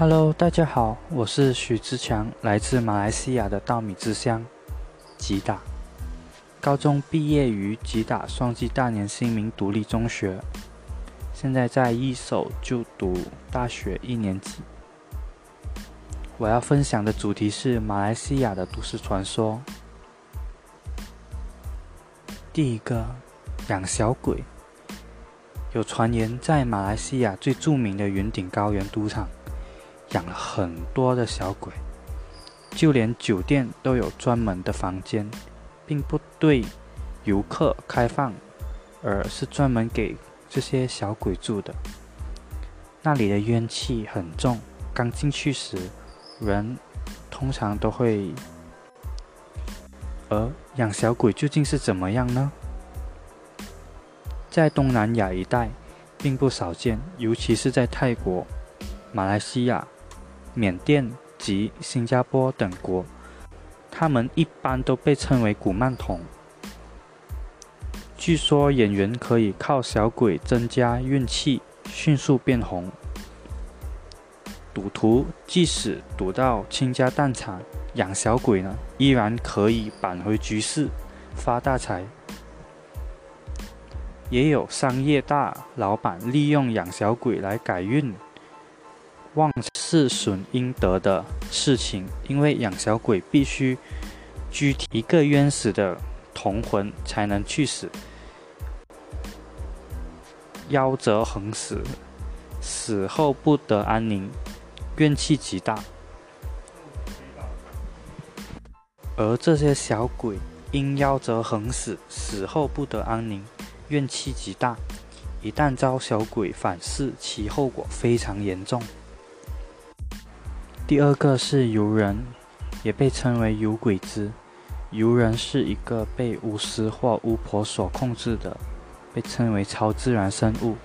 Hello，大家好，我是许志强，来自马来西亚的稻米之乡吉打。高中毕业于吉打双基大年新民独立中学，现在在一手就读大学1年级。我要分享的主题是马来西亚的都市传说。第一个，养小鬼。有传言在马来西亚最著名的云顶高原赌场养了很多的小鬼，就连酒店都有专门的房间，并不对游客开放，而是专门给这些小鬼住的。那里的怨气很重，刚进去时人通常都会。而养小鬼究竟是怎么样呢？在东南亚一带并不少见，尤其是在泰国、马来西亚、缅甸及新加坡等国，他们一般都被称为古曼童。据说演员可以靠小鬼增加运气，迅速变红。赌徒即使赌到倾家荡产，养小鬼呢，依然可以扳回局势，发大财。也有商业大老板利用养小鬼来改运、旺事损阴德的事情，因为养小鬼必须拘提一个冤死的同魂才能去死，夭折横死，死后不得安宁，怨气极大。而这些小鬼因夭折横死，死后不得安宁，怨气极大，一旦遭小鬼反噬，其后果非常严重。第二个是游人，也被称为游鬼子。游人是一个被巫师或巫婆所控制的，被称为超自然生物。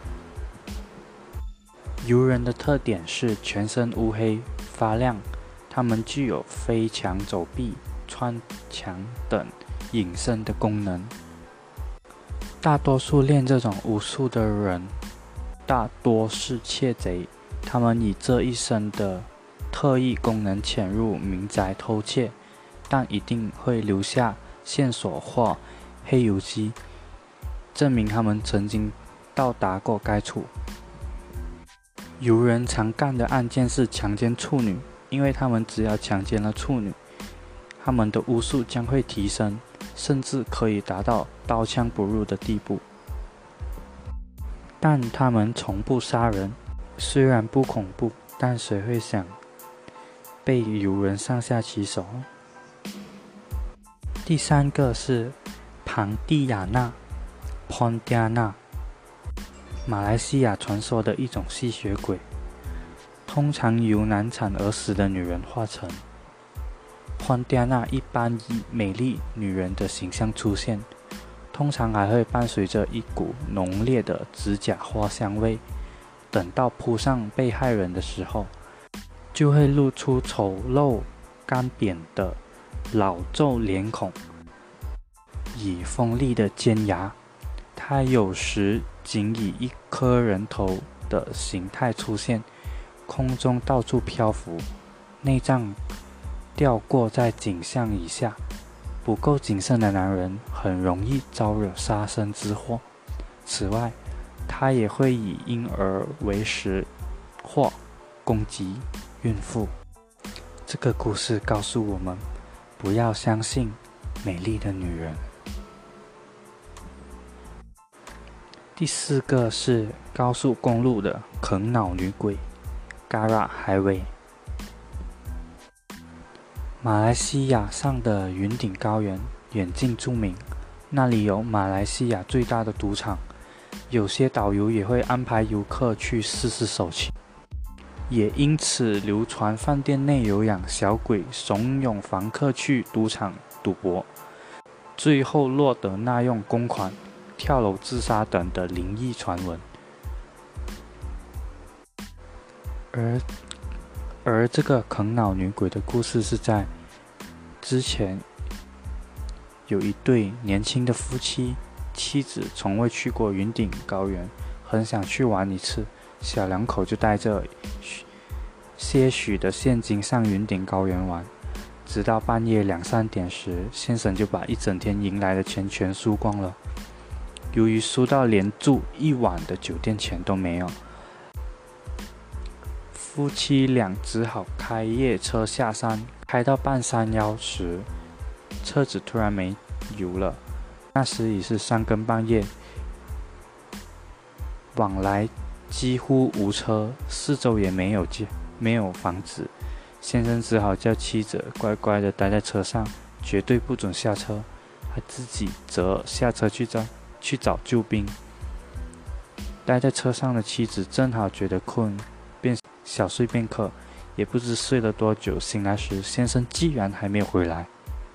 游人的特点是全身乌黑发亮，他们具有飞墙走壁、穿墙等隐身的功能。大多数练这种巫术的人大多是窃贼，他们以这一身的特异功能潜入民宅偷窃，但一定会留下线索或黑油漆，证明他们曾经到达过该处。游人常干的案件是强奸处女，因为他们只要强奸了处女，他们的巫术将会提升，甚至可以达到刀枪不入的地步。但他们从不杀人，虽然不恐怖，但谁会想被游人上下其手？第三个是庞蒂亚纳 Pontianak， 马来西亚传说的一种吸血鬼，通常由难产而死的女人化成。Pontianak 一般以美丽女人的形象出现，通常还会伴随着一股浓烈的指甲花香味。等到扑上被害人的时候，就会露出丑陋干瘪的老皱脸孔，以锋利的尖牙。它有时仅以一颗人头的形态出现，空中到处漂浮，内脏吊过在颈项以下。不够谨慎的男人很容易招惹杀身之祸。此外，它也会以婴儿为食或攻击孕妇。这个故事告诉我们，不要相信美丽的女人。第四个是高速公路的啃脑女鬼 Garak Highway。马来西亚上的云顶高原远近著名，那里有马来西亚最大的赌场，有些导游也会安排游客去试试手气，也因此流传饭店内有养小鬼，怂恿房客去赌场赌博，最后落得纳用公款、跳楼自杀等的灵异传闻。而这个啃脑女鬼的故事是在之前有一对年轻的夫妻，妻子从未去过云顶高原，很想去玩一次，小两口就带着些许的现金上云顶高原玩，直到半夜2、3点时，先生就把一整天赢来的钱全输光了。由于输到连住一晚的酒店钱都没有，夫妻俩只好开夜车下山。开到半山腰时，车子突然没油了。那时已是3更半夜，往来几乎无车，四周也没有房子。先生只好叫妻子乖乖地待在车上，绝对不准下车，他自己则下车去找救兵。待在车上的妻子正好觉得困，便小睡片刻，也不知睡了多久。醒来时，先生既然还没有回来。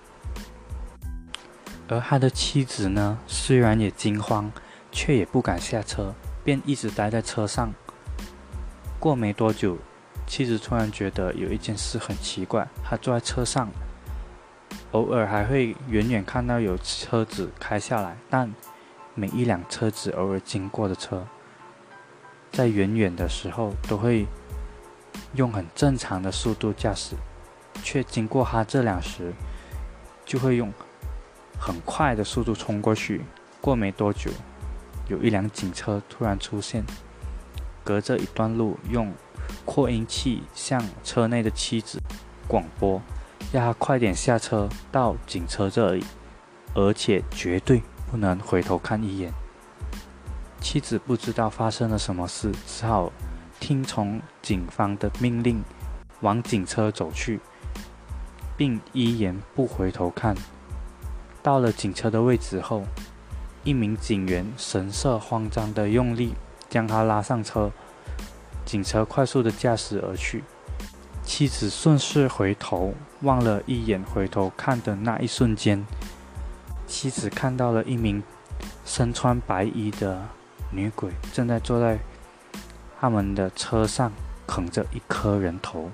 而他的妻子呢，虽然也惊慌，却也不敢下车，便一直待在车上。过没多久，妻子突然觉得有一件事很奇怪，她坐在车上，偶尔还会远远看到有车子开下来，但每一辆车子偶尔经过的车，在远远的时候都会用很正常的速度驾驶，却经过他这辆时，就会用很快的速度冲过去。过没多久，有一辆警车突然出现，隔着一段路用扩音器向车内的妻子广播，要他快点下车到警车这里，而且绝对不能回头看一眼。妻子不知道发生了什么事，只好听从警方的命令往警车走去，并一言不回头看。到了警车的位置后，一名警员神色慌张地用力将他拉上车，警车快速地驾驶而去。妻子顺势回头望了一眼，回头看的那一瞬间，妻子看到了一名身穿白衣的女鬼正在坐在他们的车上，啃着一颗人头。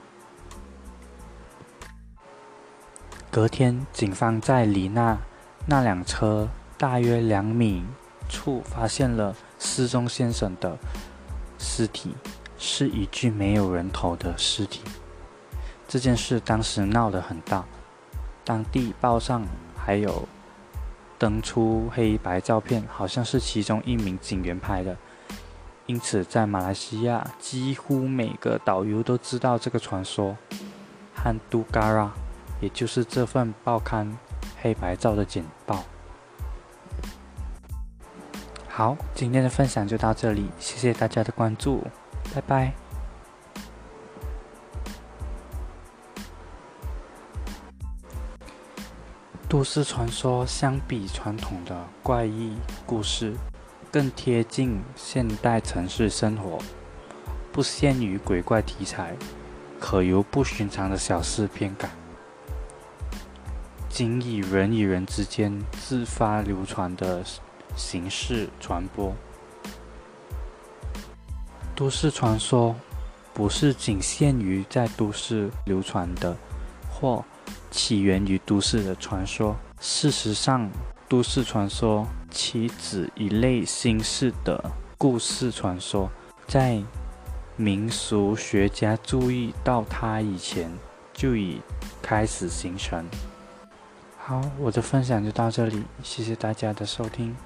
隔天，警方在离那辆车大约2米处发现了失踪先生的尸体，是一具没有人头的尸体。这件事当时闹得很大，当地报上还有登出黑白照片，好像是其中一名警员拍的。因此在马来西亚几乎每个导游都知道这个传说。汉都嘎拉，也就是这份报刊黑白照的简报。好，今天的分享就到这里，谢谢大家的关注，拜拜。都市传说相比传统的怪异故事，更贴近现代城市生活，不限于鬼怪题材，可由不寻常的小事偏感，仅以人与人之间自发流传的形式传播。都市传说不是仅限于在都市流传的或起源于都市的传说。事实上，都市传说其指一类新式的故事传说，在民俗学家注意到它以前就已开始形成。好，我的分享就到这里，谢谢大家的收听。